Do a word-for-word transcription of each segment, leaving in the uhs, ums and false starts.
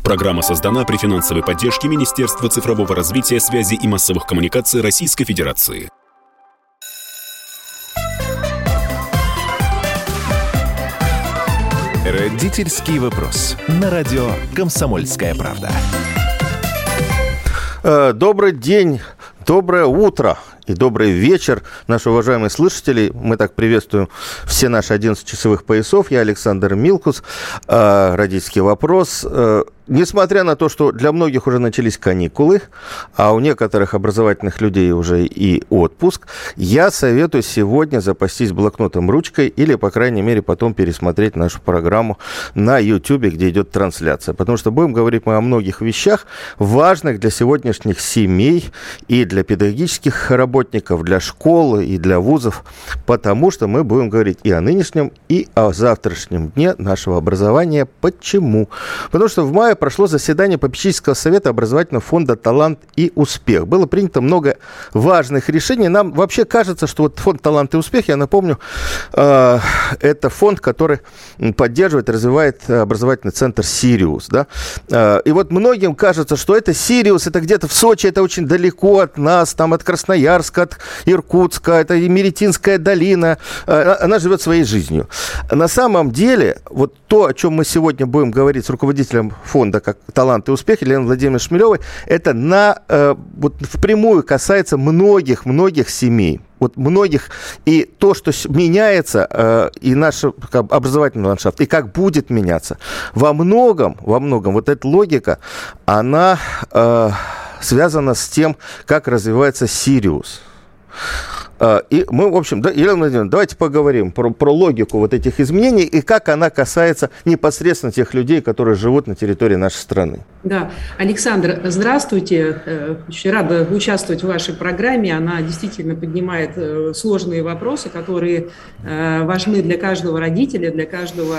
Программа создана при финансовой поддержке Министерства цифрового развития, связи и массовых коммуникаций Российской Федерации. Родительский вопрос. На радио «Комсомольская правда». Добрый день, доброе утро и добрый вечер, наши уважаемые слушатели. Мы так приветствуем все наши одиннадцать часовых поясов. Я Александр Милкус. Родительский вопрос. Несмотря на то, что для многих уже начались каникулы, а у некоторых образовательных людей уже и отпуск, я советую сегодня запастись блокнотом, ручкой или, по крайней мере, потом пересмотреть нашу программу на YouTube, где идет трансляция. Потому что будем говорить мы о многих вещах, важных для сегодняшних семей и для педагогических работников, для школ и для вузов, потому что мы будем говорить и о нынешнем, и о завтрашнем дне нашего образования. Почему? Потому что в мае прошло заседание попечительского совета образовательного фонда «Талант и успех». Было принято много важных решений. Нам вообще кажется, что вот фонд «Талант и успех», я напомню, э, это фонд, который поддерживает и развивает образовательный центр «Сириус». Да? Э, и вот многим кажется, что это «Сириус», это где-то в Сочи, это очень далеко от нас, там от Красноярска, от Иркутска, это Меретинская долина. Э, она живет своей жизнью. На самом деле, вот то, о чем мы сегодня будем говорить с руководителем фонда как «Талант и успех» Еленой Владимировной Шмелевой, это на, э, вот впрямую касается многих-многих семей. Вот многих. И то, что меняется, э, и наш как, образовательный ландшафт, и как будет меняться, во многом, во многом вот эта логика, она э, связана с тем, как развивается «Сириус». И мы, в общем, да, Елена Владимировна, давайте поговорим про, про логику вот этих изменений и как она касается непосредственно тех людей, которые живут на территории нашей страны. Да, Александр, здравствуйте. Очень рада участвовать в вашей программе. Она действительно поднимает сложные вопросы, которые важны для каждого родителя, для каждого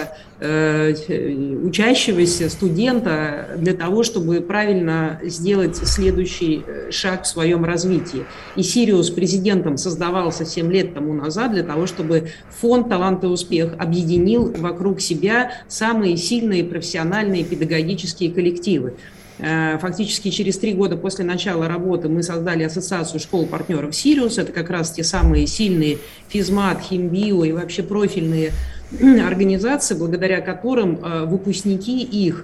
учащегося, студента, для того, чтобы правильно сделать следующий шаг в своем развитии. И «Сириус» президентом создавался семь лет тому назад для того, чтобы фонд «Талант и успех» объединил вокруг себя самые сильные профессиональные педагогические коллективы. Фактически через три года после начала работы мы создали ассоциацию школ-партнеров «Сириус». Это как раз те самые сильные физмат, химбио и вообще профильные организации, благодаря которым выпускники их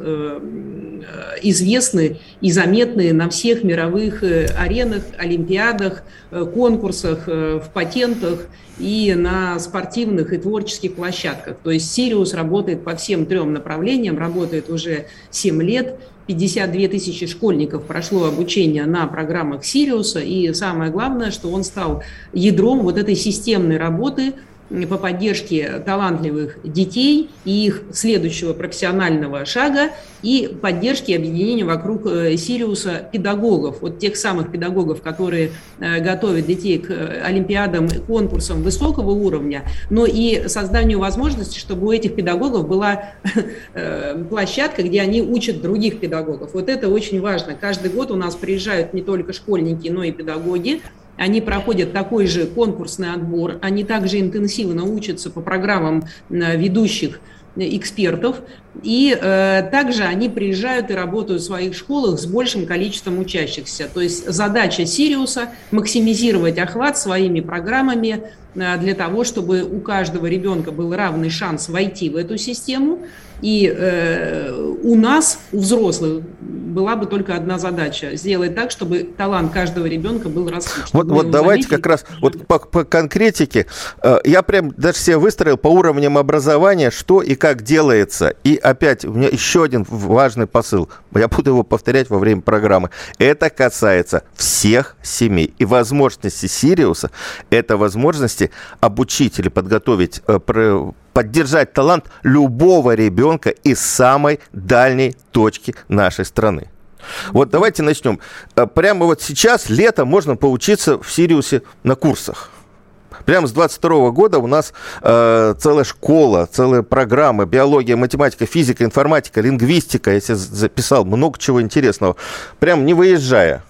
известны и заметны на всех мировых аренах, олимпиадах, конкурсах, в патентах и на спортивных и творческих площадках. То есть «Сириус» работает по всем трем направлениям, работает уже семь лет. пятьдесят две тысячи школьников прошло обучение на программах «Сириуса», и самое главное, что он стал ядром вот этой системной работы по поддержке талантливых детей и их следующего профессионального шага и поддержки и объединения вокруг «Сириуса» педагогов, вот тех самых педагогов, которые готовят детей к олимпиадам, конкурсам высокого уровня, но и созданию возможности, чтобы у этих педагогов была площадка, где они учат других педагогов. Вот это очень важно. Каждый год у нас приезжают не только школьники, но и педагоги. Они проходят такой же конкурсный отбор, они также интенсивно учатся по программам ведущих экспертов, и э, также они приезжают и работают в своих школах с большим количеством учащихся. То есть задача «Сириуса» – максимизировать охват своими программами э, для того, чтобы у каждого ребенка был равный шанс войти в эту систему. И э, у нас, у взрослых, была бы только одна задача – сделать так, чтобы талант каждого ребенка был раскрыт. Вот, вот давайте как раз вот по, по конкретике. Э, я прям даже себе выстроил по уровням образования, что и как делается. И опять у меня еще один важный посыл. Я буду его повторять во время программы. Это касается всех семей. И возможности «Сириуса» – это возможности обучить или подготовить, э, про, поддержать талант любого ребенка из самой дальней точки нашей страны. Вот давайте начнем. Прямо вот сейчас, летом, можно поучиться в «Сириусе» на курсах. Прямо с двадцать второго года у нас э, целая школа, целая программа: биология, математика, физика, информатика, лингвистика. Я себе записал много чего интересного. Прям не выезжая.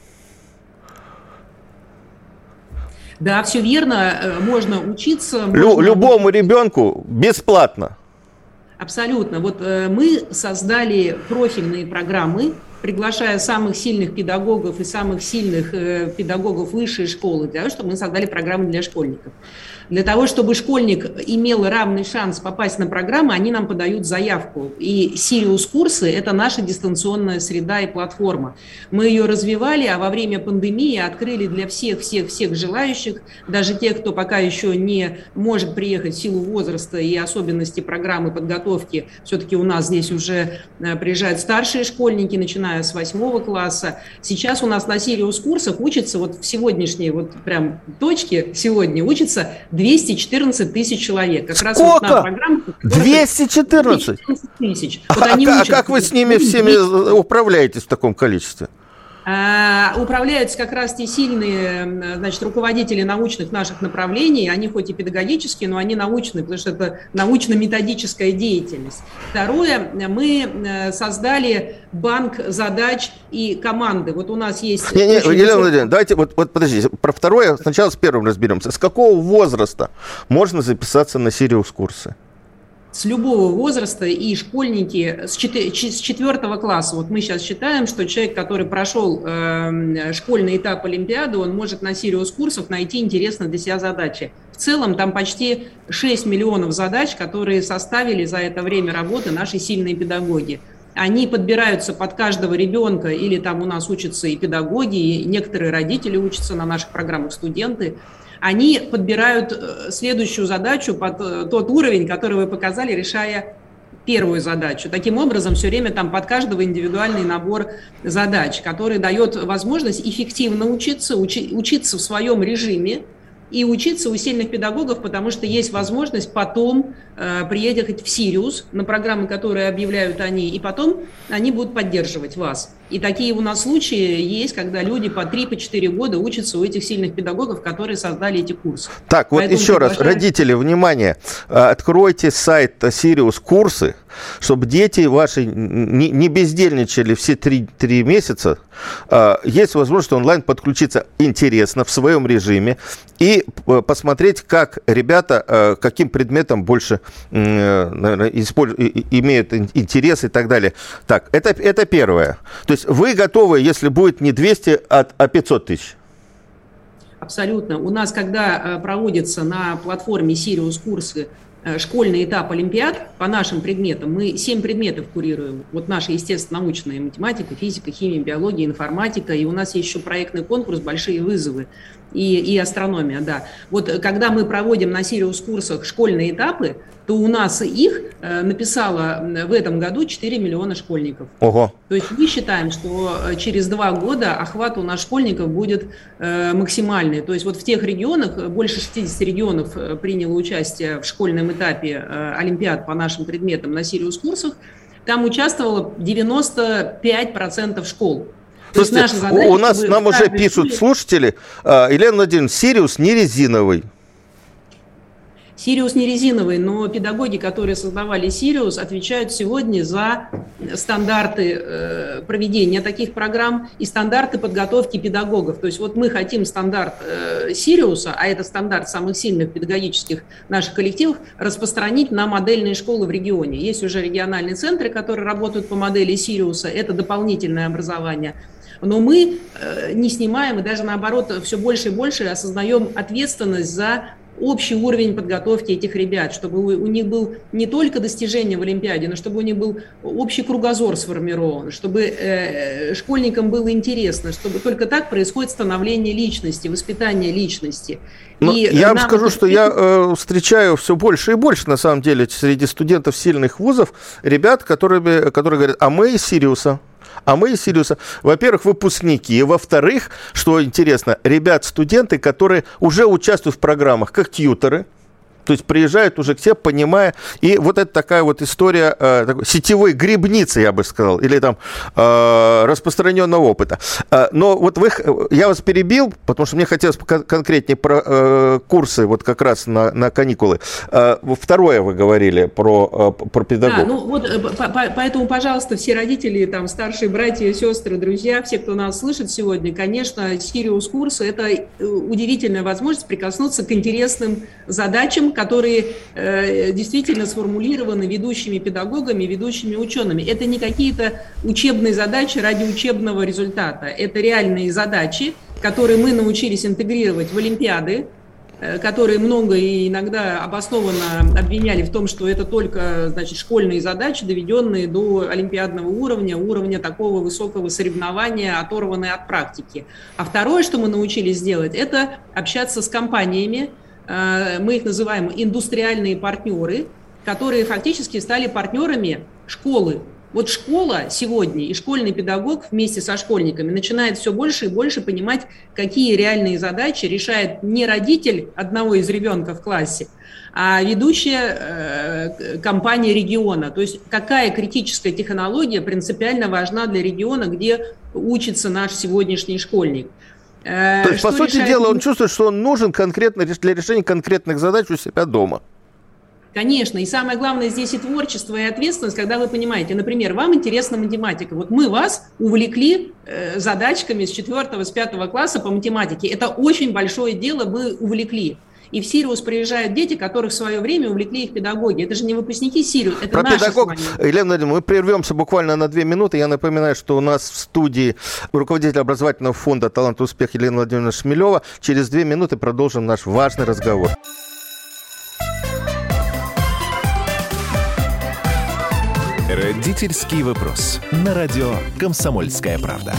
Да, все верно. Можно учиться. Лю- можно... Любому ребенку бесплатно. Абсолютно. Вот э, мы создали профильные программы, приглашая самых сильных педагогов и самых сильных э, педагогов высшей школы, для того, чтобы мы создали программы для школьников. Для того, чтобы школьник имел равный шанс попасть на программы, они нам подают заявку. И Сириус-курсы – это наша дистанционная среда и платформа. Мы ее развивали, а во время пандемии открыли для всех-всех-всех желающих, даже тех, кто пока еще не может приехать в силу возраста и особенностей программы подготовки. Все-таки у нас здесь уже приезжают старшие школьники, начиная с восьмого класса. Сейчас у нас на Сириус-курсах учатся, вот в сегодняшней вот прям точке сегодня учатся двести четырнадцать тысяч человек. Как раз Сколько? Вот на программу, двести четырнадцать тысяч. А, Вот они а, учатся. а как вы с ними всеми управляетесь в таком количестве? А, управляются как раз те сильные, значит, руководители научных наших направлений, они хоть и педагогические, но они научные, потому что это научно-методическая деятельность. Второе, мы создали банк задач и команды. Вот у нас есть... Не, не, Елена высокий... Владимировна, давайте, вот, вот подождите, про второе сначала с первым разберемся. С какого возраста можно записаться на Сириус-курсы? С любого возраста, и школьники с четвертого класса. Вот мы сейчас считаем, что человек, который прошел э, школьный этап Олимпиады, он может на Сириус-курсах найти интересные для себя задачи. В целом там почти шесть миллионов задач, которые составили за это время работы наши сильные педагоги. Они подбираются под каждого ребенка, или там у нас учатся и педагоги, и некоторые родители учатся на наших программах, студенты. Они подбирают следующую задачу под тот уровень, который вы показали, решая первую задачу. Таким образом, все время там под каждого индивидуальный набор задач, который дает возможность эффективно учиться, учи, учиться в своем режиме и учиться у сильных педагогов, потому что есть возможность потом э, приехать в Сириус на программы, которые объявляют они, и потом они будут поддерживать вас. И такие у нас случаи есть, когда люди по три-четыре года учатся у этих сильных педагогов, которые создали эти курсы. Так, вот Поэтому еще приглашаю... раз, родители, внимание, откройте сайт Сириус Курсы, чтобы дети ваши не, не бездельничали все три, три месяца. Есть возможность онлайн подключиться интересно в своем режиме и посмотреть, как ребята, каким предметом больше, наверное, использ... имеют интерес и так далее. Так, это, это первое. То есть вы готовы, если будет не двести, а пятьсот тысяч? Абсолютно. У нас, когда проводятся на платформе Сириус курсы школьный этап Олимпиад по нашим предметам, мы семь предметов курируем. Вот наши естественно-научные: математика, физика, химия, биология, информатика. И у нас есть еще проектный конкурс «Большие вызовы» и, и астрономия, да. Вот когда мы проводим на Сириус-курсах школьные этапы, то у нас их э, написало в этом году четыре миллиона школьников. Ого. То есть мы считаем, что через два года охват у нас школьников будет э, максимальный. То есть вот в тех регионах, больше шестидесяти регионов приняло участие в школьном этапе э, Олимпиад по нашим предметам на Сириус-курсах, там участвовало девяносто пять процентов школ. Слушайте, задача, у нас нам уже пишут школе... слушатели, э, Елена Владимировна, Сириус не резиновый. Сириус не резиновый, но педагоги, которые создавали Сириус, отвечают сегодня за стандарты э, проведения таких программ и стандарты подготовки педагогов. То есть вот мы хотим стандарт э, Сириуса, а это стандарт самых сильных педагогических наших коллективов, распространить на модельные школы в регионе. Есть уже региональные центры, которые работают по модели Сириуса, это дополнительное образование. Но мы э, не снимаем и даже наоборот все больше и больше осознаем ответственность за общий уровень подготовки этих ребят, чтобы у, у них был не только достижение в Олимпиаде, но чтобы у них был общий кругозор сформирован, чтобы э, школьникам было интересно, чтобы только так происходит становление личности, воспитание личности. И я вам скажу, это... что я э, встречаю все больше и больше, на самом деле, среди студентов сильных вузов, ребят, которые, которые говорят, а мы из Сириуса. А мы из Сириуса, во-первых, выпускники, и во-вторых, что интересно, ребят, студенты, которые уже участвуют в программах как тьюторы, то есть приезжают уже к тебе, понимая, и вот это такая вот история э, такой сетевой грибницы, я бы сказал, или там э, распространенного опыта. Э, но вот вы, я вас перебил, потому что мне хотелось конкретнее про э, курсы, вот как раз на, на каникулы. Э, второе вы говорили про, э, про педагогов. Да, ну вот по, по, поэтому, пожалуйста, все родители, там, старшие братья, сестры, друзья, все, кто нас слышит сегодня, конечно, Сириус курсы – это удивительная возможность прикоснуться к интересным задачам, которые э, действительно сформулированы ведущими педагогами, ведущими учеными. Это не какие-то учебные задачи ради учебного результата. Это реальные задачи, которые мы научились интегрировать в олимпиады, которые много и иногда обоснованно обвиняли в том, что это только, значит, школьные задачи, доведенные до олимпиадного уровня, уровня такого высокого соревнования, оторванные от практики. А второе, что мы научились делать, это общаться с компаниями, мы их называем индустриальные партнеры, которые фактически стали партнерами школы. Вот школа сегодня и школьный педагог вместе со школьниками начинает все больше и больше понимать, какие реальные задачи решает не родитель одного из ребенка в классе, а ведущая э, компания региона. То есть какая критическая технология принципиально важна для региона, где учится наш сегодняшний школьник. То есть, что по сути решает... дела, он чувствует, что он нужен конкретно для решения конкретных задач у себя дома. Конечно, и самое главное здесь и творчество, и ответственность, когда вы понимаете, например, вам интересна математика, вот мы вас увлекли э, задачками с четвертого, с пятого класса по математике, это очень большое дело, мы увлекли. И в Сириус приезжают дети, которых в свое время увлекли их педагоги. Это же не выпускники Сириус, это Про наши педагог... Елена Владимировна, мы прервемся буквально на две минуты. Я напоминаю, что у нас в студии руководитель образовательного фонда «Талант и успех» Елена Владимировна Шмелева. Через две минуты продолжим наш важный разговор. Родительский вопрос. На радио «Комсомольская правда».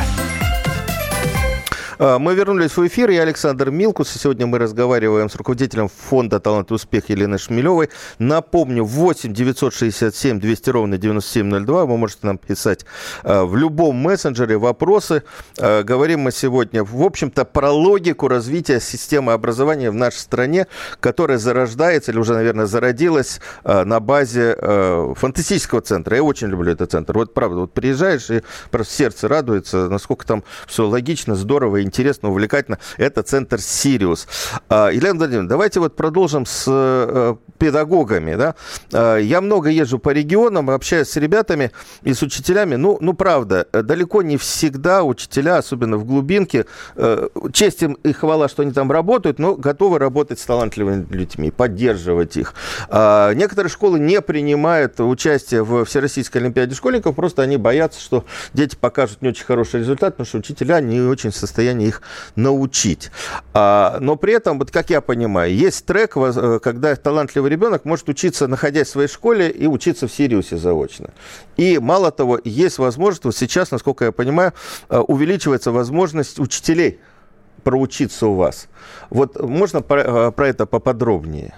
Мы вернулись в эфир. Я Александр Милкус. И сегодня мы разговариваем с руководителем фонда «Талант и успех» Еленой Шмелевой. Напомню, восемь девятьсот шестьдесят семь двести ровно девяносто семь ноль два. Вы можете нам писать в любом мессенджере вопросы. Говорим мы сегодня, в общем-то, про логику развития системы образования в нашей стране, которая зарождается, или уже, наверное, зародилась на базе фантастического центра. Я очень люблю этот центр. Вот правда, вот приезжаешь и просто сердце радуется, насколько там все логично, здорово, интересно, увлекательно. Это центр «Сириус». Елена Владимировна, давайте вот продолжим с педагогами. Да? Я много езжу по регионам, общаюсь с ребятами и с учителями. Ну, ну, правда, далеко не всегда учителя, особенно в глубинке, честь им и хвала, что они там работают, но готовы работать с талантливыми людьми, поддерживать их. Некоторые школы не принимают участие в Всероссийской олимпиаде школьников, просто они боятся, что дети покажут не очень хороший результат, потому что учителя не очень в состоянии их научить. А, но при этом, вот как я понимаю, есть трек, когда талантливый ребенок может учиться, находясь в своей школе, и учиться в Сириусе заочно. И мало того, есть возможность, вот сейчас, насколько я понимаю, увеличивается возможность учителей проучиться у вас. Вот можно про, про это поподробнее?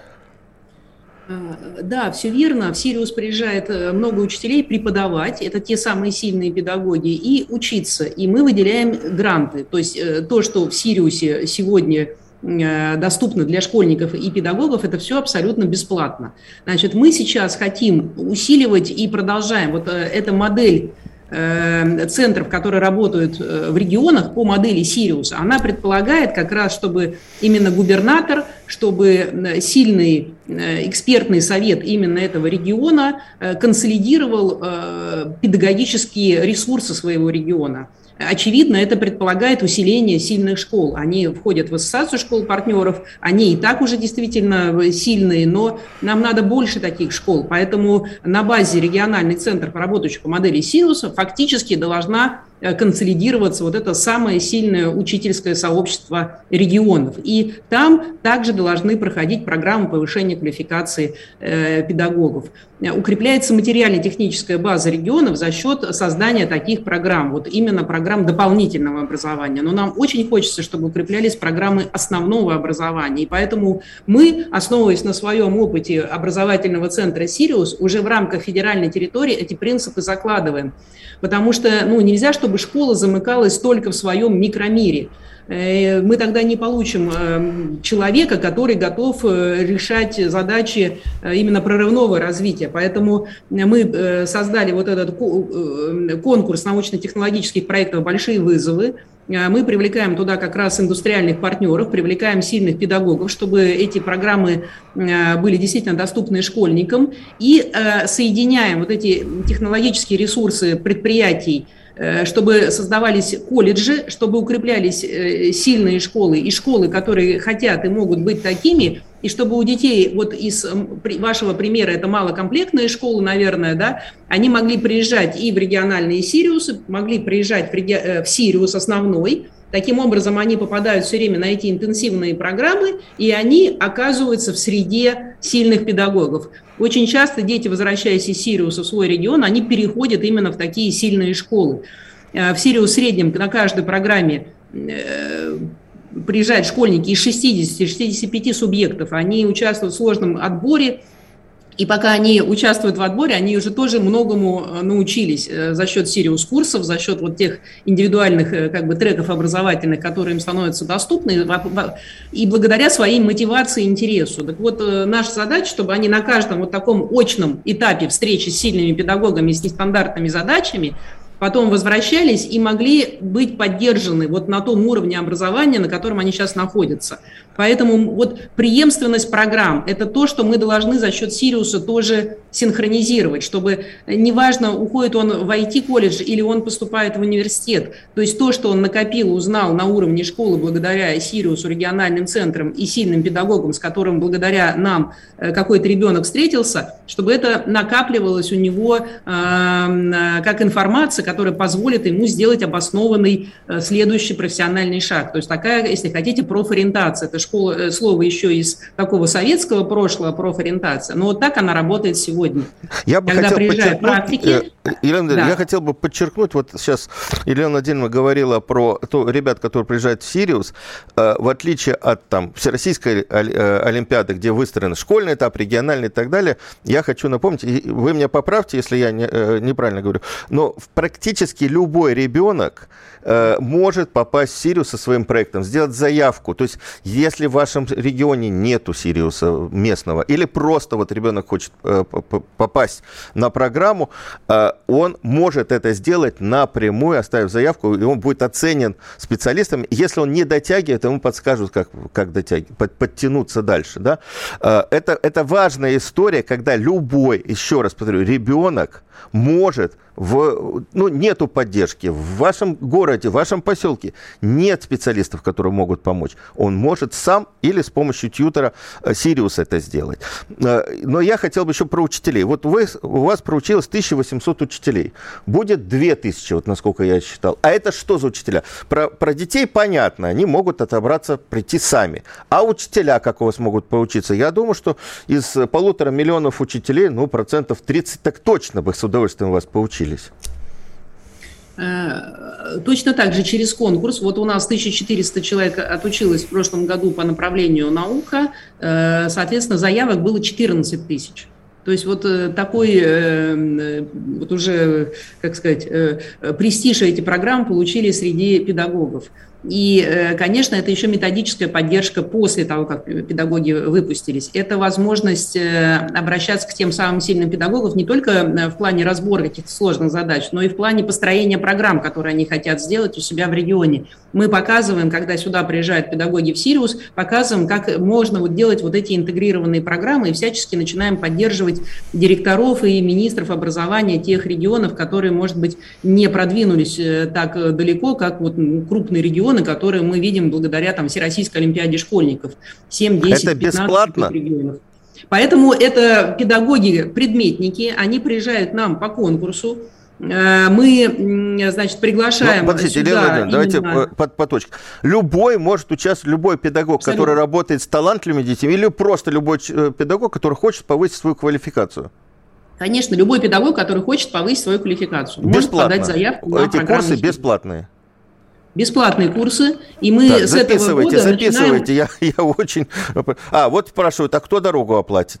Да, все верно. В Сириус приезжает много учителей преподавать, это те самые сильные педагоги, и учиться. И мы выделяем гранты. То есть то, что в Сириусе сегодня доступно для школьников и педагогов, это все абсолютно бесплатно. Значит, мы сейчас хотим усиливать и продолжаем. Вот эта модель центров, которые работают в регионах по модели Сириуса, она предполагает как раз, чтобы именно губернатор, чтобы сильный экспертный совет именно этого региона консолидировал педагогические ресурсы своего региона. Очевидно, это предполагает усиление сильных школ. Они входят в ассоциацию школ-партнеров, они и так уже действительно сильные, но нам надо больше таких школ. Поэтому на базе региональных центров, работающих по модели Сириуса, фактически должна консолидироваться вот это самое сильное учительское сообщество регионов. И там также должны проходить программы повышения квалификации э, педагогов. Укрепляется материально-техническая база регионов за счет создания таких программ, вот именно программ дополнительного образования. Но нам очень хочется, чтобы укреплялись программы основного образования. И поэтому мы, основываясь на своем опыте образовательного центра «Сириус», уже в рамках федеральной территории эти принципы закладываем. Потому что ну, нельзя, чтобы школа замыкалась только в своем микромире. Мы тогда не получим человека, который готов решать задачи именно прорывного развития. Поэтому мы создали вот этот конкурс научно-технологических проектов «Большие вызовы». Мы привлекаем туда как раз индустриальных партнеров, привлекаем сильных педагогов, чтобы эти программы были действительно доступны школьникам, и соединяем вот эти технологические ресурсы предприятий, чтобы создавались колледжи, чтобы укреплялись сильные школы и школы, которые хотят и могут быть такими, и чтобы у детей, вот из вашего примера, это малокомплектные школы, наверное, да, они могли приезжать и в региональные Сириусы, могли приезжать в, реги... в Сириус основной. Таким образом, они попадают все время на эти интенсивные программы, и они оказываются в среде сильных педагогов. Очень часто дети, возвращаясь из Сириуса в свой регион, они переходят именно в такие сильные школы. В Сириус в среднем на каждой программе приезжают школьники из шестидесяти-шестидесяти пяти субъектов. Они участвуют в сложном отборе. И пока они участвуют в отборе, они уже тоже многому научились за счет Сириус-курсов, за счет вот тех индивидуальных как бы, треков образовательных, которые им становятся доступны, и благодаря своей мотивации и интересу. Так вот, наша задача, чтобы они на каждом вот таком очном этапе встречи с сильными педагогами, с нестандартными задачами, потом возвращались и могли быть поддержаны вот на том уровне образования, на котором они сейчас находятся. Поэтому вот преемственность программ – это то, что мы должны за счет Сириуса тоже синхронизировать, чтобы неважно, уходит он в ай ти-колледж или он поступает в университет, то есть то, что он накопил, узнал на уровне школы благодаря Сириусу, региональным центрам и сильным педагогам, с которым благодаря нам какой-то ребенок встретился, чтобы это накапливалось у него э, как информация, которая позволит ему сделать обоснованный э, следующий профессиональный шаг. То есть такая, если хотите, профориентация. Это школа, слово еще из такого советского прошлого, профориентация. Но вот так она работает сегодня. Я бы Когда хотел приезжают практики... Елена, да. я хотел бы подчеркнуть, вот сейчас Елена Владимировна говорила про то, ребят, которые приезжают в Сириус, э, в отличие от там, Всероссийской Олимпиады, где выстроен школьный этап, региональный и так далее, я хочу напомнить, и вы меня поправьте, если я не, э, неправильно говорю, но практически любой ребенок э, может попасть в Сириус со своим проектом, сделать заявку. То есть, если в вашем регионе нету Сириуса местного, или просто вот ребенок хочет э, попасть на программу, э, он может это сделать напрямую, оставив заявку, и он будет оценен специалистами. Если он не дотягивает, ему подскажут, как, как дотягивать, под, подтянуться дальше. Да? Это, это важная история, когда любой, еще раз повторю, ребенок может, в, ну, нету поддержки в вашем городе, в вашем поселке, нет специалистов, которые могут помочь. Он может сам или с помощью тьютера Сириус это сделать. Но я хотел бы еще про учителей. Вот вы, у вас проучилось тысяча восемьсот учителей. Будет две тысячи, вот насколько я считал. А это что за учителя? Про, про детей понятно, они могут отобраться, прийти сами. А учителя как у вас могут поучиться? Я думаю, что из полутора миллионов учителей, ну, процентов тридцать так точно бы с удовольствием вас поучились. Точно так же через конкурс. Вот у нас тысяча четыреста человек отучилось в прошлом году по направлению наука. Соответственно, заявок было четырнадцать тысяч. То есть вот такой вот уже, как сказать, престиж эти программы получили среди педагогов. И, конечно, это еще методическая поддержка после того, как педагоги выпустились. Это возможность обращаться к тем самым сильным педагогам не только в плане разбора каких-то сложных задач, но и в плане построения программ, которые они хотят сделать у себя в регионе. Мы показываем, когда сюда приезжают педагоги в Сириус, показываем, как можно вот делать вот эти интегрированные программы и всячески начинаем поддерживать директоров и министров образования тех регионов, которые, может быть, не продвинулись так далеко, как вот крупные регионы, которые мы видим благодаря там, Всероссийской Олимпиаде школьников. семь, десять, пятнадцать регионов. Поэтому это педагоги-предметники, они приезжают к нам по конкурсу. Мы, значит, приглашаем... Ну, подождите, сюда Елена, давайте именно... по, по точке. Любой может участвовать, любой педагог, абсолютно, который работает с талантливыми детьми, или просто любой педагог, который хочет повысить свою квалификацию? Конечно, любой педагог, который хочет повысить свою квалификацию. Может подать заявку на Эти курсы бесплатные? Бесплатные курсы, и мы так, с этого года записывайте, начинаем... я, я очень... А, вот спрашивают, а кто дорогу оплатит?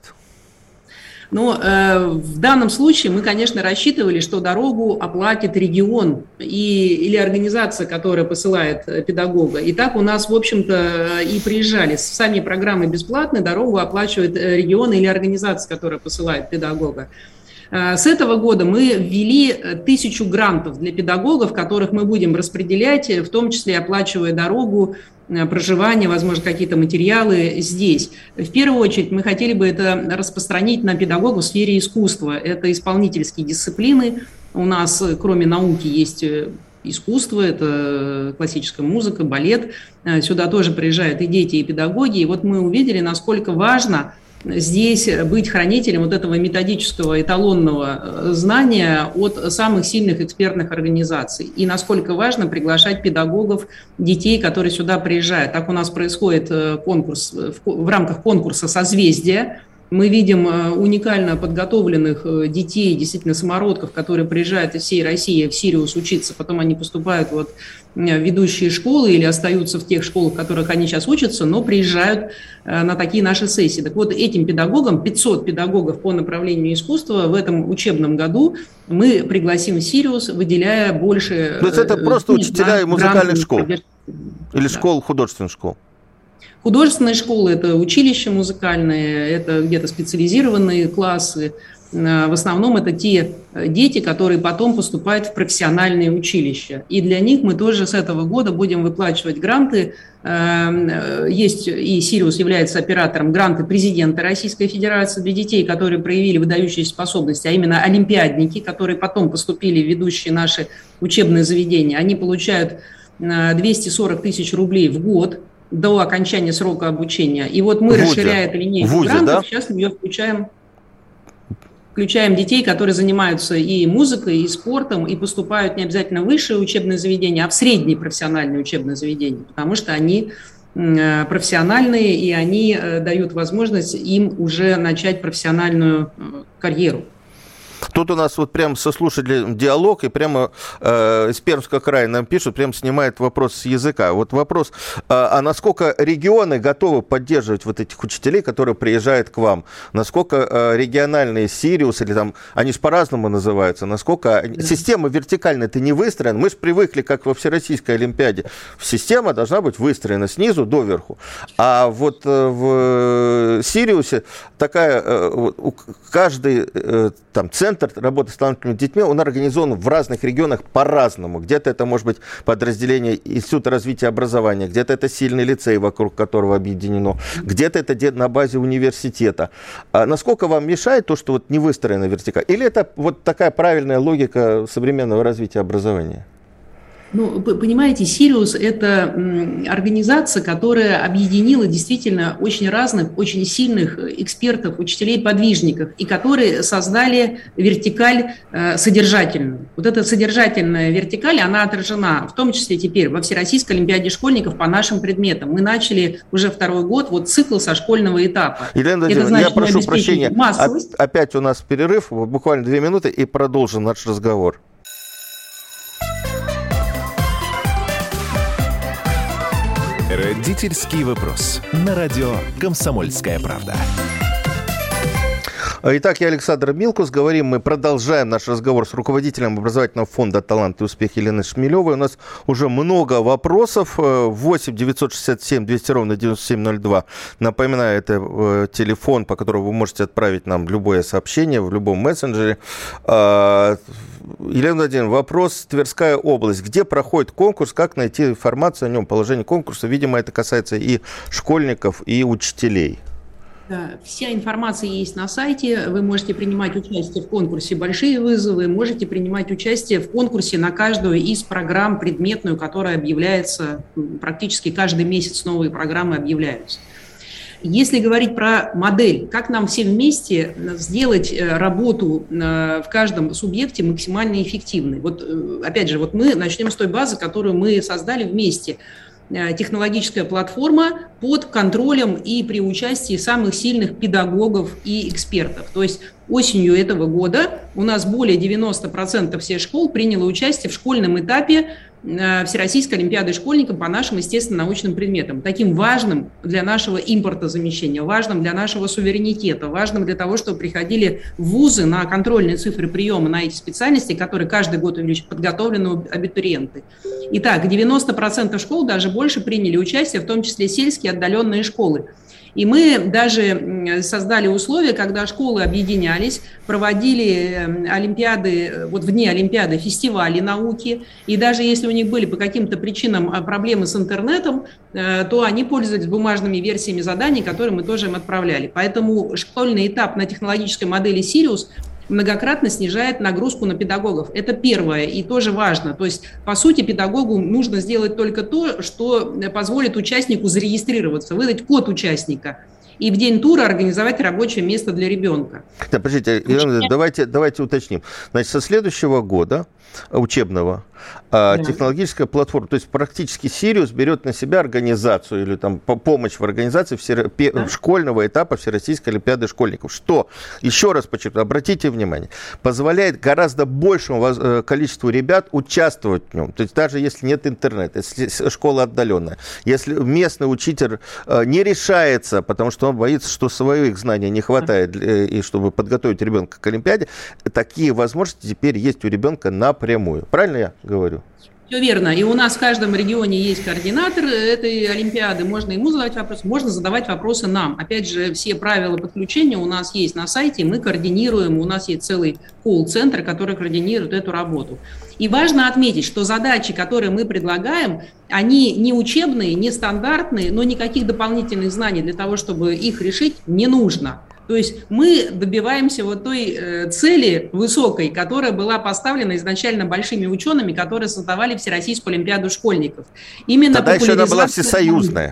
Но э, в данном случае мы, конечно, рассчитывали, что дорогу оплатит регион и, или организация, которая посылает педагога. И так у нас, в общем-то, и приезжали. Сами программы бесплатные, дорогу оплачивает регион или организация, которая посылает педагога. С этого года мы ввели тысячу грантов для педагогов, которых мы будем распределять, в том числе оплачивая дорогу, проживание, возможно, какие-то материалы здесь. В первую очередь мы хотели бы это распространить на педагогов в сфере искусства. Это исполнительские дисциплины. У нас, кроме науки, есть искусство, это классическая музыка, балет. Сюда тоже приезжают и дети, и педагоги. И вот мы увидели, насколько важно здесь быть хранителем вот этого методического эталонного знания от самых сильных экспертных организаций. И насколько важно приглашать педагогов, детей, которые сюда приезжают. Так у нас происходит конкурс, в рамках конкурса «Созвездие». Мы видим уникально подготовленных детей, действительно самородков, которые приезжают из всей России в Сириус учиться, потом они поступают вот в ведущие школы или остаются в тех школах, в которых они сейчас учатся, но приезжают на такие наши сессии. Так вот, этим педагогам, пятьсот педагогов по направлению искусства в этом учебном году мы пригласим в Сириус, выделяя больше... То есть это просто учителя музыкальных школ? Или да. школ, художественных школ? Художественные школы – это училища музыкальные, это где-то специализированные классы. В основном это те дети, которые потом поступают в профессиональные училища. И для них мы тоже с этого года будем выплачивать гранты. Есть, и Сириус является оператором, гранты президента Российской Федерации для детей, которые проявили выдающиеся способности, а именно олимпиадники, которые потом поступили в ведущие наши учебные заведения. Они получают двести сорок тысяч рублей в год до окончания срока обучения. И вот мы, расширяя эту линейку Вузе, грантов, да? сейчас в нее включаем, включаем детей, которые занимаются и музыкой, и спортом, и поступают не обязательно в высшее учебное заведение, а в средние профессиональные учебные заведения, потому что они профессиональные, и они дают возможность им уже начать профессиональную карьеру. Тут у нас вот прям со слушателем диалог, и прямо э, из Пермского края нам пишут, прям снимает вопрос с языка. Вот вопрос, э, а насколько регионы готовы поддерживать вот этих учителей, которые приезжают к вам? Насколько э, региональные Сириус, или там, они же по-разному называются, насколько да. система вертикальная-то не выстроена? Мы же привыкли, как во Всероссийской Олимпиаде, система должна быть выстроена снизу доверху. А вот э, в Сириусе такая, э, каждый э, там центр, Центр работы с талантливыми детьми, он организован в разных регионах по-разному. Где-то это может быть подразделение Института развития образования, где-то это сильный лицей, вокруг которого объединено, где-то это на базе университета. А насколько вам мешает то, что вот не выстроена вертикаль? Или это вот такая правильная логика современного развития образования? Ну, понимаете, Сириус – это организация, которая объединила действительно очень разных, очень сильных экспертов, учителей-подвижников, и которые создали вертикаль содержательную. Вот эта содержательная вертикаль, она отражена, в том числе теперь во Всероссийской Олимпиаде школьников по нашим предметам. Мы начали уже второй год вот цикл со школьного этапа. Елена Владимировна, я прошу прощения, массовость. Опять у нас перерыв, буквально две минуты, и продолжим наш разговор. Родительский вопрос. На радио «Комсомольская правда». Итак, я Александр Милкус. Говорим, мы продолжаем наш разговор с руководителем образовательного фонда «Талант и успех» Еленой Шмелевой. У нас уже много вопросов. восемь девятьсот шестьдесят семь двести ровно девяносто семь ноль два. Напоминаю, это телефон, по которому вы можете отправить нам любое сообщение в любом мессенджере. Елена Владимировна, вопрос. Тверская область. Где проходит конкурс? Как найти информацию о нем? Положение конкурса. Видимо, это касается и школьников, и учителей. Да, вся информация есть на сайте. Вы можете принимать участие в конкурсе «Большие вызовы», можете принимать участие в конкурсе на каждую из программ предметную, которая объявляется практически каждый месяц, новые программы объявляются. Если говорить про модель, как нам все вместе сделать работу в каждом субъекте максимально эффективной. Вот опять же, вот мы начнем с той базы, которую мы создали вместе. Технологическая платформа под контролем и при участии самых сильных педагогов и экспертов. То есть осенью этого года у нас более девяносто процентов всех школ приняло участие в школьном этапе Всероссийской Олимпиады школьников по нашим естественно-научным предметам. Таким важным для нашего импортозамещения, важным для нашего суверенитета, важным для того, чтобы приходили в вузы на контрольные цифры приема на эти специальности, которые каждый год увеличивают, подготовленные абитуриенты. Итак, девяносто процентов школ, даже больше, приняли участие, в том числе сельские отдаленные школы. И мы даже создали условия, когда школы объединялись, проводили олимпиады, вот вне олимпиады, фестивали науки, и даже если у них были по каким-то причинам проблемы с интернетом, то они пользовались бумажными версиями заданий, которые мы тоже им отправляли. Поэтому школьный этап на технологической модели Сириус многократно снижает нагрузку на педагогов. Это первое и тоже важно. То есть, по сути, педагогу нужно сделать только то, что позволит участнику зарегистрироваться, выдать код участника и в день тура организовать рабочее место для ребенка. Да, подождите, Учителя... давайте, давайте уточним. Значит, со следующего года учебного да. технологическая платформа, то есть практически Сириус берет на себя организацию или там помощь в организации всеро... да. школьного этапа Всероссийской олимпиады школьников, что, еще раз подчеркну, обратите внимание, позволяет гораздо большему количеству ребят участвовать в нем. То есть даже если нет интернета, если школа отдаленная, если местный учитель не решается, потому что он боится, что своих знаний не хватает, и чтобы подготовить ребенка к олимпиаде, такие возможности теперь есть у ребенка напрямую. Правильно я говорю? Все верно. И у нас в каждом регионе есть координатор этой олимпиады. Можно ему задавать вопросы, можно задавать вопросы нам. Опять же, все правила подключения у нас есть на сайте, мы координируем, у нас есть целый колл-центр, который координирует эту работу. И важно отметить, что задачи, которые мы предлагаем, они не учебные, не стандартные, но никаких дополнительных знаний для того, чтобы их решить, не нужно. То есть мы добиваемся вот той э, цели высокой, которая была поставлена изначально большими учеными, которые создавали Всероссийскую олимпиаду школьников. Именно Тогда еще она была всесоюзная.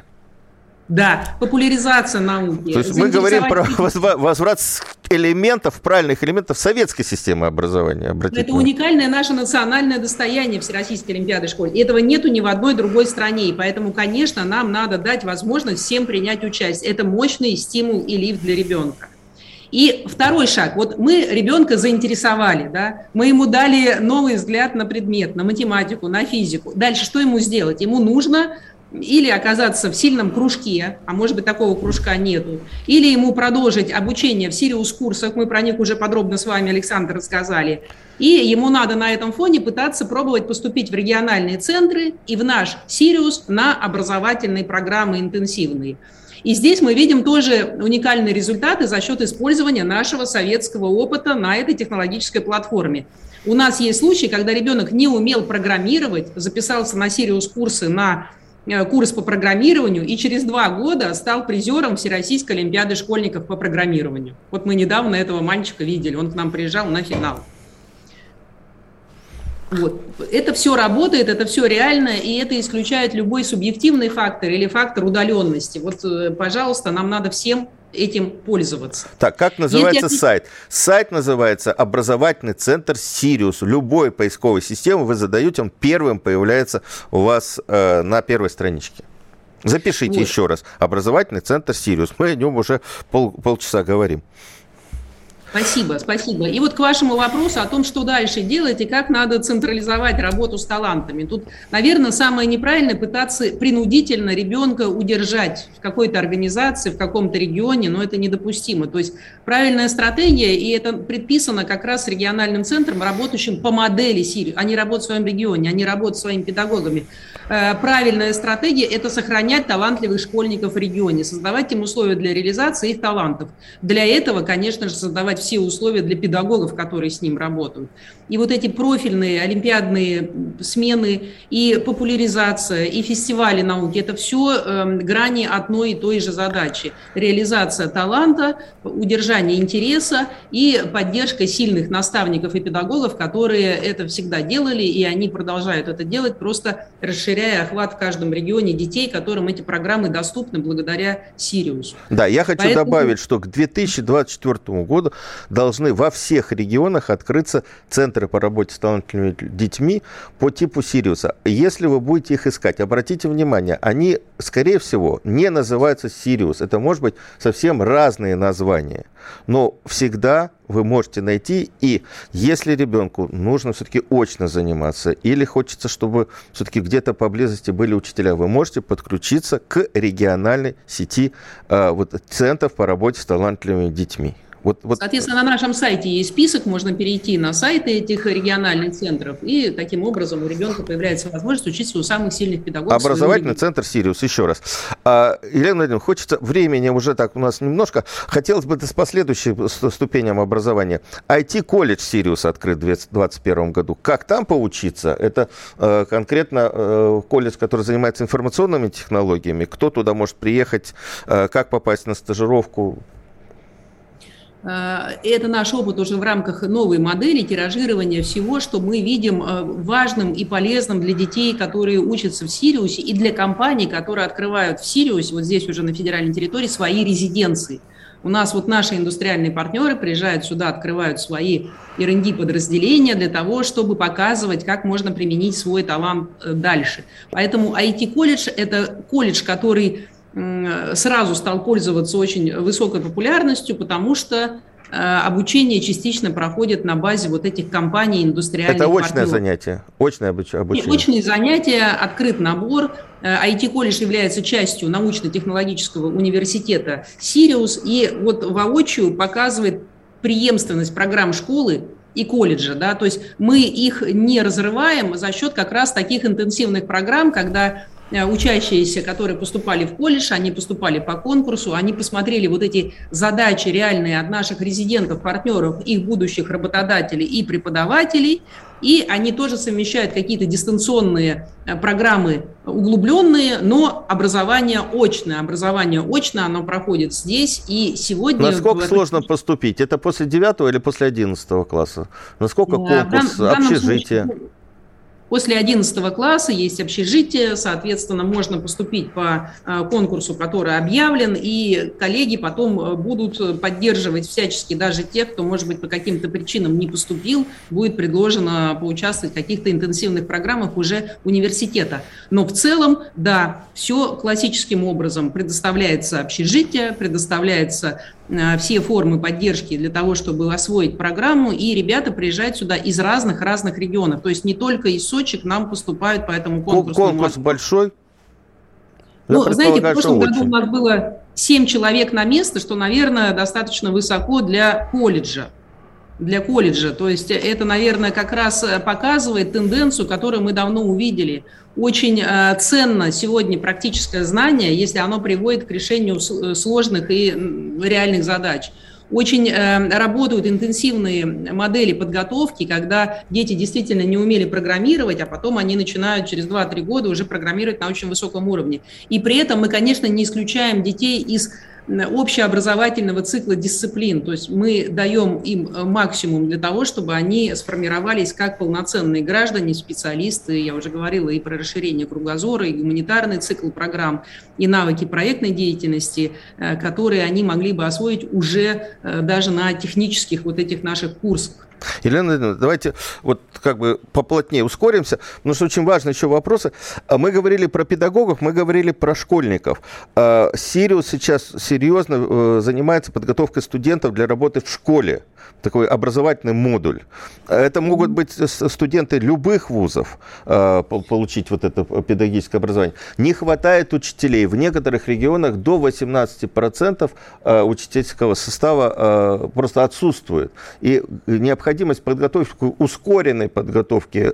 Да, популяризация науки. То есть мы говорим про возврат элементов, правильных элементов советской системы образования. Обратите Это внимание. Уникальное наше национальное достояние Всероссийской олимпиады школ. И этого нету ни в одной другой стране. И поэтому, конечно, нам надо дать возможность всем принять участие. Это мощный стимул и лифт для ребенка. И второй шаг. Вот мы ребенка заинтересовали, да? Мы ему дали новый взгляд на предмет, на математику, на физику. Дальше что ему сделать? Ему нужно или оказаться в сильном кружке, а может быть такого кружка нету, или ему продолжить обучение в Сириус-курсах, мы про них уже подробно с вами, Александр, рассказали, и ему надо на этом фоне пытаться пробовать поступить в региональные центры и в наш Сириус на образовательные программы интенсивные. И здесь мы видим тоже уникальные результаты за счет использования нашего советского опыта на этой технологической платформе. У нас есть случаи, когда ребенок не умел программировать, записался на Сириус-курсы на курс по программированию и через два года стал призером Всероссийской олимпиады школьников по программированию. Вот мы недавно этого мальчика видели, он к нам приезжал на финал. Вот. Это все работает, это все реально, и это исключает любой субъективный фактор или фактор удаленности. Вот, пожалуйста, нам надо всем этим пользоваться. Так, как называется Если... сайт? Сайт называется «Образовательный центр Сириус». Любой поисковой системы вы задаете, он первым появляется у вас э, на первой страничке. Запишите вот. Еще раз. «Образовательный центр Сириус». Мы о нем уже пол, полчаса говорим. Спасибо, спасибо. И вот к вашему вопросу о том, что дальше делать и как надо централизовать работу с талантами. Тут, наверное, самое неправильное пытаться принудительно ребенка удержать в какой-то организации, в каком-то регионе, но это недопустимо. То есть правильная стратегия, и это предписано как раз региональным центром, работающим по модели Сириус. Они работают в своем регионе, они работают своими педагогами. Правильная стратегия – это сохранять талантливых школьников в регионе, создавать им условия для реализации их талантов. Для этого, конечно же, создавать все условия для педагогов, которые с ним работают. И вот эти профильные олимпиадные смены и популяризация, и фестивали науки – это все э, грани одной и той же задачи. Реализация таланта, удержание интереса и поддержка сильных наставников и педагогов, которые это всегда делали, и они продолжают это делать, просто расширяя охват в каждом регионе детей, которым эти программы доступны благодаря Сириусу. Да, я хочу Поэтому... добавить, что к две тысячи двадцать четвёртому году должны во всех регионах открыться центры по работе с талантливыми детьми по типу Сириуса. Если вы будете их искать, обратите внимание, они, скорее всего, не называются Сириус. Это, может быть, совсем разные названия. Но всегда вы можете найти, и если ребенку нужно все-таки очно заниматься, или хочется, чтобы все-таки где-то поблизости были учителя, вы можете подключиться к региональной сети э, вот, центров по работе с талантливыми детьми. Вот, вот. Соответственно, на нашем сайте есть список, можно перейти на сайты этих региональных центров, и таким образом у ребенка появляется возможность учиться у самых сильных педагогов. Образовательный центр «Сириус», еще раз. А, Елена Владимировна, хочется, времени уже так у нас немножко, хотелось бы с последующим ступеням образования. ай ти-колледж «Сириус» открыт в две тысячи двадцать первом году. Как там поучиться? Это э, конкретно э, колледж, который занимается информационными технологиями. Кто туда может приехать? Э, как попасть на стажировку? это наш опыт уже в рамках новой модели тиражирования всего, что мы видим важным и полезным для детей, которые учатся в Сириусе, и для компаний, которые открывают в Сириусе, вот здесь уже на федеральной территории, свои резиденции. У нас вот наши индустриальные партнеры приезжают сюда, открывают свои эр энд ди подразделения для того, чтобы показывать, как можно применить свой талант дальше. Поэтому ай ти-колледж – это колледж, который сразу стал пользоваться очень высокой популярностью, потому что обучение частично проходит на базе вот этих компаний индустриальных партнеров. Это очное занятие? Очное обучение? Очные занятия, открыт набор. ай ти-колледж является частью научно-технологического университета «Сириус», и вот воочию показывает преемственность программ школы и колледжа, да, то есть мы их не разрываем за счет как раз таких интенсивных программ, когда учащиеся, которые поступали в колледж, они поступали по конкурсу, они посмотрели вот эти задачи реальные от наших резидентов, партнеров, их будущих работодателей и преподавателей, и они тоже совмещают какие-то дистанционные программы углубленные, но образование очное. Образование очное, оно проходит здесь, и сегодня... Насколько в... сложно поступить? Это после девятого или после одиннадцатого класса? Насколько конкурс, да, общежитие? Случае... После одиннадцатого класса есть общежитие, соответственно, можно поступить по конкурсу, который объявлен, и коллеги потом будут поддерживать всячески даже тех, кто, может быть, по каким-то причинам не поступил, будет предложено поучаствовать в каких-то интенсивных программах уже университета. Но в целом, да, все классическим образом предоставляется общежитие, предоставляется все формы поддержки для того, чтобы освоить программу, и ребята приезжают сюда из разных-разных регионов. То есть не только из Сочи к нам поступают по этому конкурсу. Конкурс большой? Ну, знаете, в прошлом году у нас было семь человек на место, что, наверное, достаточно высоко для колледжа. Для колледжа. То есть это, наверное, как раз показывает тенденцию, которую мы давно увидели. Очень э, ценно сегодня практическое знание, если оно приводит к решению сложных и реальных задач. Очень э, работают интенсивные модели подготовки, когда дети действительно не умели программировать, а потом они начинают через два-три года уже программировать на очень высоком уровне. И при этом мы, конечно, не исключаем детей из общеобразовательного цикла дисциплин. То есть мы даем им максимум для того, чтобы они сформировались как полноценные граждане, специалисты. Я уже говорила и про расширение кругозора, и гуманитарный цикл программ, и навыки проектной деятельности, которые они могли бы освоить уже даже на технических вот этих наших курсах. Елена, давайте вот как бы поплотнее ускоримся, потому что очень важны еще вопросы. Мы говорили про педагогов, мы говорили про школьников. Сириус сейчас серьезно занимается подготовкой студентов для работы в школе, такой образовательный модуль. Это могут быть студенты любых вузов, получить вот это педагогическое образование. Не хватает учителей. В некоторых регионах до восемнадцати процентов учительского состава просто отсутствует. И необходимо Необходимость подготовки, ускоренной подготовки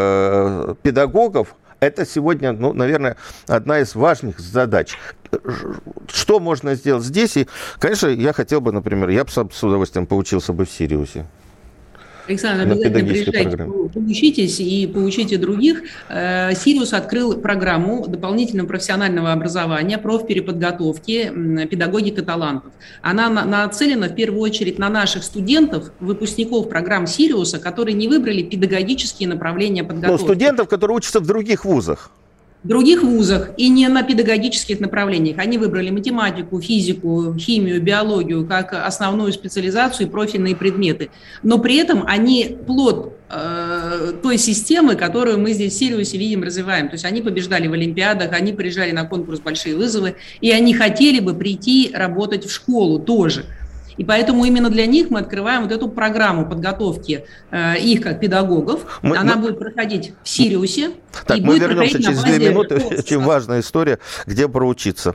э, педагогов, это сегодня, ну, наверное, одна из важных задач. Что можно сделать здесь? И, конечно, я хотел бы, например, я бы с удовольствием поучился бы в Сириусе. Александр, обязательно приезжайте, поучитесь и поучите других. Сириус открыл программу дополнительного профессионального образования, профпереподготовки, педагогика талантов. Она нацелена в первую очередь на наших студентов, выпускников программ Сириуса, которые не выбрали педагогические направления подготовки. Но студентов, которые учатся в других вузах. В других вузах и не на педагогических направлениях. Они выбрали математику, физику, химию, биологию как основную специализацию и профильные предметы. Но при этом они плод э, той системы, которую мы здесь в Сириусе видим, развиваем. То есть они побеждали в олимпиадах, они приезжали на конкурс «Большие вызовы», и они хотели бы прийти работать в школу тоже. И поэтому именно для них мы открываем вот эту программу подготовки э, их как педагогов. Мы, Она мы... будет проходить в Сириусе. Так, и мы будет вернемся через две минуты. Очень важная история, где проучиться.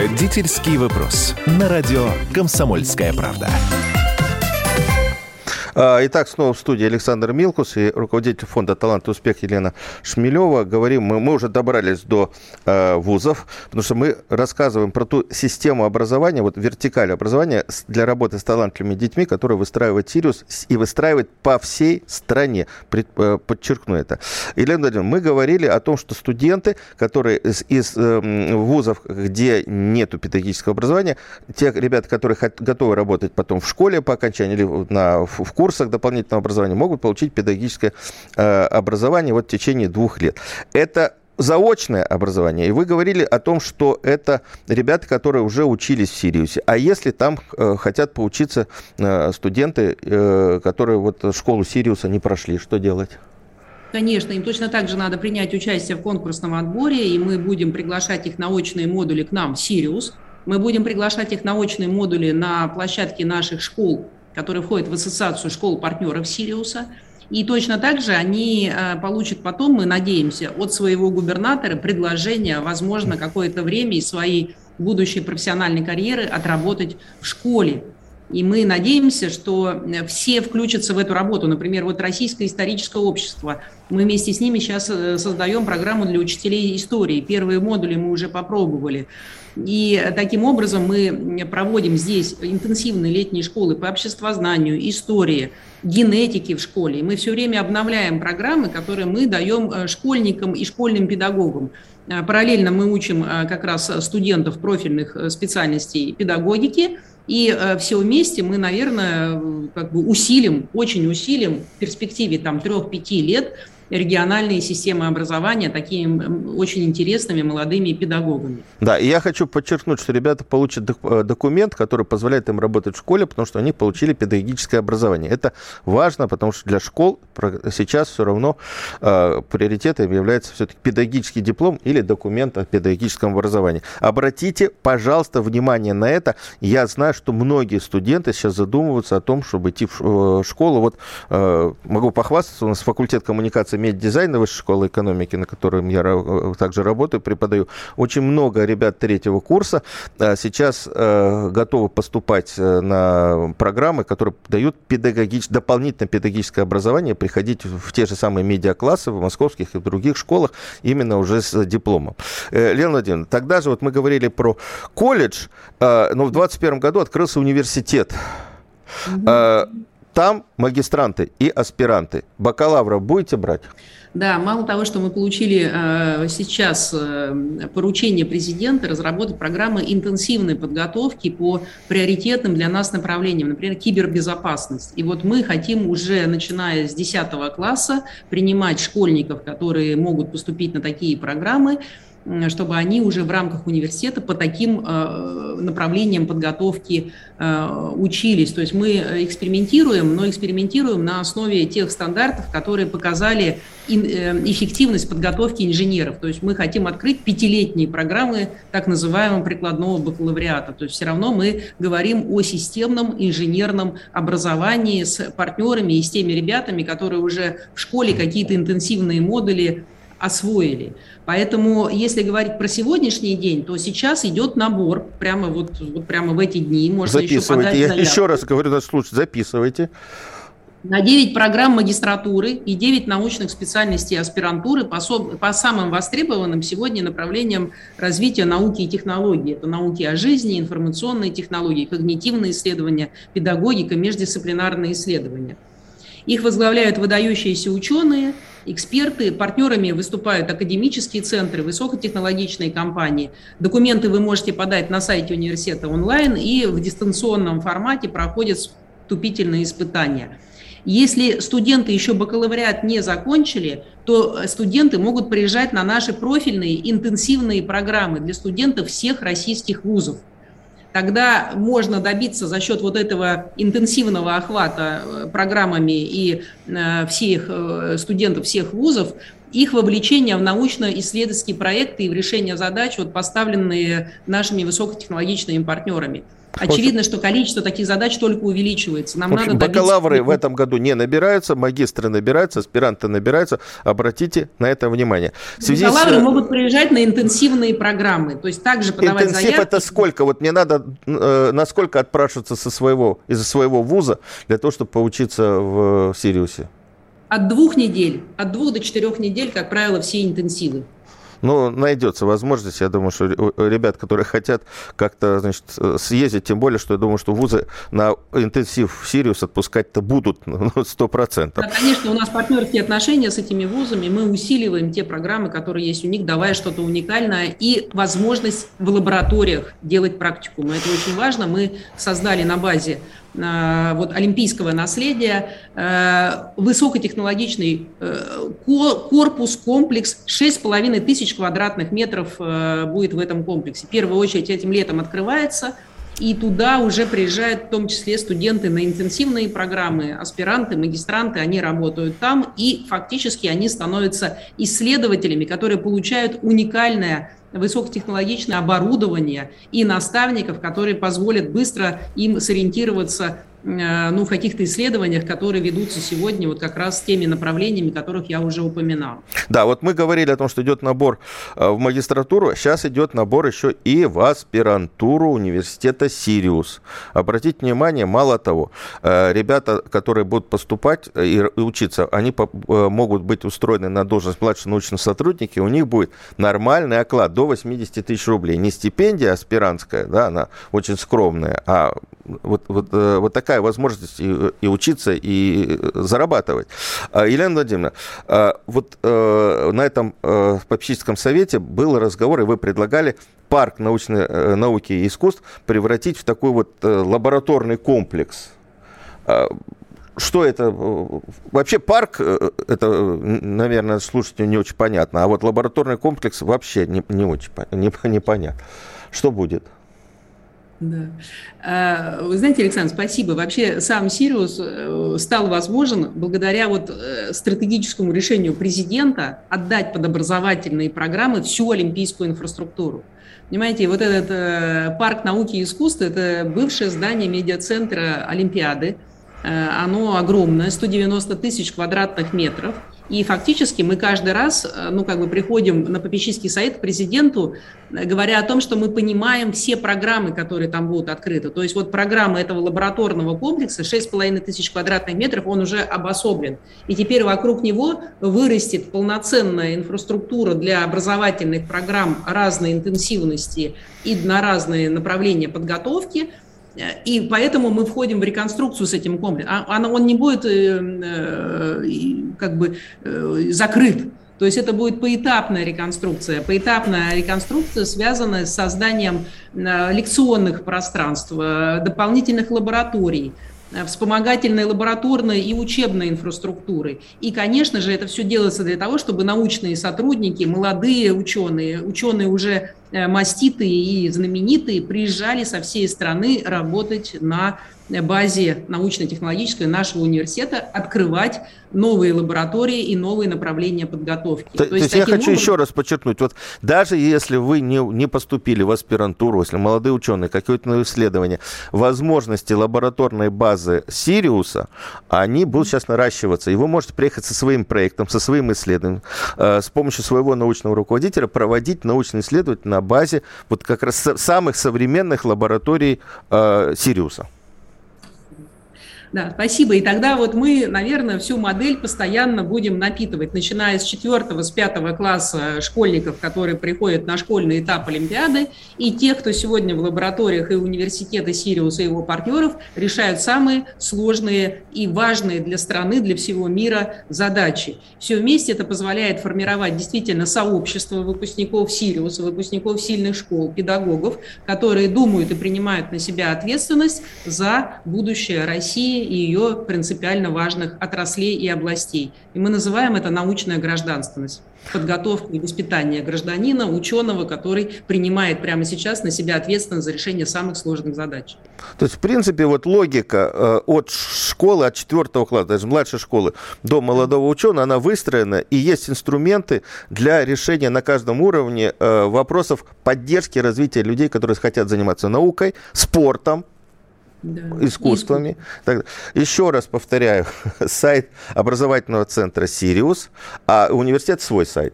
Родительский вопрос. На радио «Комсомольская правда». Итак, снова в студии Александр Милкус и руководитель фонда «Талант и успех» Елена Шмелева. Говорим, мы, мы уже добрались до э, вузов, потому что мы рассказываем про ту систему образования, вот вертикаль образования для работы с талантливыми детьми, которую выстраивает Сириус и выстраивает по всей стране. Пред, э, подчеркну это. Елена Владимировна, мы говорили о том, что студенты, которые из, из э, вузов, где нету педагогического образования, те ребята, которые готовы работать потом в школе по окончании или на, в, в курсах дополнительного образования, могут получить педагогическое э, образование вот в течение двух лет. Это заочное образование. И вы говорили о том, что это ребята, которые уже учились в Сириусе. А если там э, хотят поучиться э, студенты, э, которые вот школу Сириуса не прошли, что делать? Конечно, им точно так же надо принять участие в конкурсном отборе, и мы будем приглашать их на очные модули к нам в Сириус. Мы будем приглашать их на очные модули на площадке наших школ, которые входят в ассоциацию школ-партнеров Сириуса. И точно так же они получат потом, мы надеемся, от своего губернатора предложение, возможно, какое-то время из своей будущей профессиональной карьеры отработать в школе. И мы надеемся, что все включатся в эту работу. Например, вот Российское историческое общество. Мы вместе с ними сейчас создаем программу для учителей истории. Первые модули мы уже попробовали. И таким образом мы проводим здесь интенсивные летние школы по обществознанию, истории, генетики в школе. И мы все время обновляем программы, которые мы даем школьникам и школьным педагогам. Параллельно мы учим как раз студентов профильных специальностей педагогики. И э, все вместе мы, наверное, как бы усилим, очень усилим в перспективе там, трех-пяти лет региональные системы образования такими очень интересными молодыми педагогами. Да, и я хочу подчеркнуть, что ребята получат документ, который позволяет им работать в школе, потому что они получили педагогическое образование. Это важно, потому что для школ сейчас все равно э, приоритетом является все-таки педагогический диплом или документ о педагогическом образовании. Обратите, пожалуйста, внимание на это. Я знаю, что многие студенты сейчас задумываются о том, чтобы идти в школу. Вот э, могу похвастаться, у нас факультет коммуникации меддизайна Высшей школы экономики, на котором я также работаю, преподаю. Очень много ребят третьего курса сейчас готовы поступать на программы, которые дают педагогич... дополнительное педагогическое образование, приходить в те же самые медиаклассы в московских и в других школах именно уже с дипломом. Лена Владимировна, тогда же вот мы говорили про колледж, но в двадцать первом году открылся университет. Mm-hmm. Там магистранты и аспиранты. Бакалавров будете брать? Да, мало того, что мы получили э, сейчас э, поручение президента разработать программы интенсивной подготовки по приоритетным для нас направлениям, например, кибербезопасность. И вот мы хотим уже, начиная с десятого класса, принимать школьников, которые могут поступить на такие программы, чтобы они уже в рамках университета по таким э, направлениям подготовки э, учились. То есть мы экспериментируем, но экспериментируем на основе тех стандартов, которые показали ин, э, эффективность подготовки инженеров. То есть мы хотим открыть пятилетние программы так называемого прикладного бакалавриата. То есть все равно мы говорим о системном инженерном образовании с партнерами и с теми ребятами, которые уже в школе какие-то интенсивные модули освоили. Поэтому, если говорить про сегодняшний день, то сейчас идет набор прямо вот, вот прямо в эти дни. Можно записывайте. Еще подать Я заявку. еще раз говорю, слушайте, записывайте. На девять программ магистратуры и девять научных специальностей аспирантуры по, со, по самым востребованным сегодня направлениям развития науки и технологий. Это науки о жизни, информационные технологии, когнитивные исследования, педагогика, междисциплинарные исследования. Их возглавляют выдающиеся ученые, эксперты, партнерами выступают академические центры, высокотехнологичные компании. Документы вы можете подать на сайте университета онлайн и в дистанционном формате проходят вступительные испытания. Если студенты еще бакалавриат не закончили, то студенты могут приезжать на наши профильные интенсивные программы для студентов всех российских вузов. Тогда можно добиться за счет вот этого интенсивного охвата программами и э, всех э, студентов всех вузов, их вовлечения в научно-исследовательские проекты и в решение задач, вот, поставленные нашими высокотехнологичными партнерами. Очевидно, что количество таких задач только увеличивается. Нам в общем, надо бакалавры добиться... в этом году не набираются, магистры набираются, аспиранты набираются. Обратите на это внимание. В связи бакалавры с... могут приезжать на интенсивные программы, то есть также подавать Интенсив заявки. Это сколько? Вот мне надо э, насколько отпрашиваться со своего, из своего вуза для того, чтобы поучиться в Сириусе? От двух недель, от двух до четырех недель, как правило, все интенсивы. Ну, найдется возможность, я думаю, что ребят, которые хотят как-то, значит, съездить, тем более, что я думаю, что вузы на интенсив в Сириус отпускать-то будут, ну, сто процентов. Да, конечно, у нас партнерские отношения с этими вузами, мы усиливаем те программы, которые есть у них, давая что-то уникальное и возможность в лабораториях делать практикум. Это очень важно. Мы создали на базе вот, олимпийского наследия высокотехнологичный корпус, комплекс, шесть с половиной тысяч квадратных метров будет в этом комплексе. В первую очередь этим летом открывается, и туда уже приезжают в том числе студенты на интенсивные программы, аспиранты, магистранты, они работают там, и фактически они становятся исследователями, которые получают уникальное высокотехнологичное оборудование и наставников, которые позволят быстро им сориентироваться ну, в каких-то исследованиях, которые ведутся сегодня вот как раз с теми направлениями, которых я уже упоминал. Да, вот мы говорили о том, что идет набор в магистратуру, сейчас идет набор еще и в аспирантуру университета Сириус. Обратите внимание, мало того, ребята, которые будут поступать и учиться, они могут быть устроены на должность младшего научного сотрудника, у них будет нормальный оклад до восемьдесят тысяч рублей. Не стипендия аспирантская, да, она очень скромная, а вот, вот, вот такая возможность и, и учиться, и зарабатывать. Елена Владимировна, вот на этом попечительском совете был разговор, и вы предлагали парк научной науки и искусств превратить в такой вот лабораторный комплекс. Что это? Вообще парк, это, наверное, слушателю не очень понятно, а вот лабораторный комплекс вообще не, не очень не, не понятно. Что будет? Да. Вы знаете, Александр, спасибо. Вообще сам Сириус стал возможен благодаря вот стратегическому решению президента отдать под образовательные программы всю олимпийскую инфраструктуру. Понимаете, вот этот парк науки и искусства – это бывшее здание медиацентра Олимпиады. Оно огромное, сто девяносто тысяч квадратных метров. И фактически мы каждый раз, ну, как бы приходим на попечительский совет к президенту, говоря о том, что мы понимаем все программы, которые там будут открыты. То есть вот программа этого лабораторного комплекса, шесть с половиной тысяч квадратных метров, он уже обособлен. И теперь вокруг него вырастет полноценная инфраструктура для образовательных программ разной интенсивности и на разные направления подготовки. И поэтому мы входим в реконструкцию с этим комплексом. Он не будет как бы закрыт. То есть это будет поэтапная реконструкция. Поэтапная реконструкция, связанная с созданием лекционных пространств, дополнительных лабораторий, вспомогательной лабораторной и учебной инфраструктуры. И, конечно же, это все делается для того, чтобы научные сотрудники, молодые ученые, ученые уже маститые и знаменитые, приезжали со всей страны работать на базе научно-технологической нашего университета, открывать новые лаборатории и новые направления подготовки. То, то есть я хочу образом... еще раз подчеркнуть, вот даже если вы не, не поступили в аспирантуру, если молодые ученые, какое-то исследование, возможности лабораторной базы Сириуса, они будут сейчас наращиваться, и вы можете приехать со своим проектом, со своим исследованием, э, с помощью своего научного руководителя проводить научные исследования на базе вот как раз самых современных лабораторий э, Сириуса. Да, спасибо. И тогда вот мы, наверное, всю модель постоянно будем напитывать, начиная с четвертого, с пятого класса школьников, которые приходят на школьный этап Олимпиады, и тех, кто сегодня в лабораториях и университета Сириуса и его партнеров решают самые сложные и важные для страны, для всего мира задачи. Все вместе это позволяет формировать действительно сообщество выпускников Сириуса, выпускников сильных школ, педагогов, которые думают и принимают на себя ответственность за будущее России страны и ее принципиально важных отраслей и областей. И мы называем это научная гражданственность. Подготовка и воспитание гражданина, ученого, который принимает прямо сейчас на себя ответственность за решение самых сложных задач. То есть, в принципе, вот логика э, от школы, от четвертого класса, даже младшей школы до молодого ученого, она выстроена, и есть инструменты для решения на каждом уровне э, вопросов поддержки развития людей, которые хотят заниматься наукой, спортом, да, искусствами. Так, еще раз повторяю, сайт образовательного центра «Сириус», а университет свой сайт.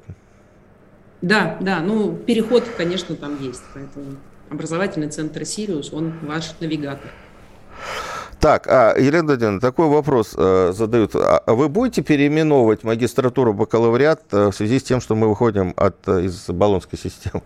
Да, да, ну переход, конечно, там есть, поэтому образовательный центр «Сириус», он ваш навигатор. Так, а, Елена Владимировна, такой вопрос э, задают. А вы будете переименовывать магистратуру, бакалавриат э, в связи с тем, что мы выходим от, из Болонской системы?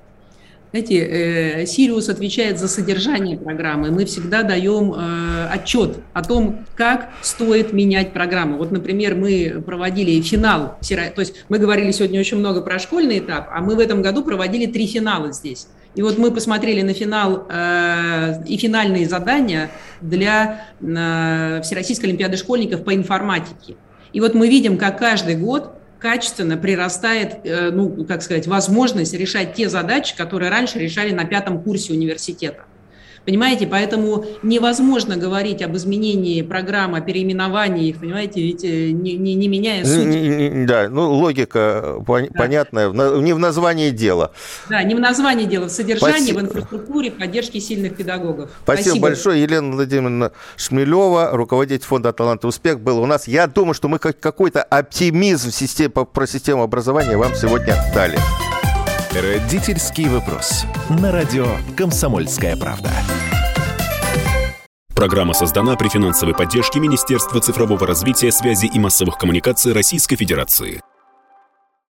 Знаете, Сириус отвечает за содержание программы. Мы всегда даем э, отчет о том, как стоит менять программу. Вот, например, мы проводили финал, то есть мы говорили сегодня очень много про школьный этап, а мы в этом году проводили три финала здесь. И вот мы посмотрели на финал э, и финальные задания для э, Всероссийской олимпиады школьников по информатике. И вот мы видим, как каждый год качественно прирастает, ну, как сказать, возможность решать те задачи, которые раньше решали на пятом курсе университета. Понимаете, поэтому невозможно говорить об изменении программ, о переименовании их, понимаете, ведь не, не, не меняя суть. Да, ну логика да. понятная, не в названии дела. Да, не в названии дела, в содержании, Спасибо. В инфраструктуре, поддержке сильных педагогов. Спасибо, Спасибо большое. Елена Владимировна Шмелева, руководитель фонда «Талант и успех», был у нас. Я думаю, что мы какой-то оптимизм в системе, про систему образования вам сегодня дали. Родительский вопрос. На радио «Комсомольская правда». Программа создана при финансовой поддержке Министерства цифрового развития, связи и массовых коммуникаций Российской Федерации.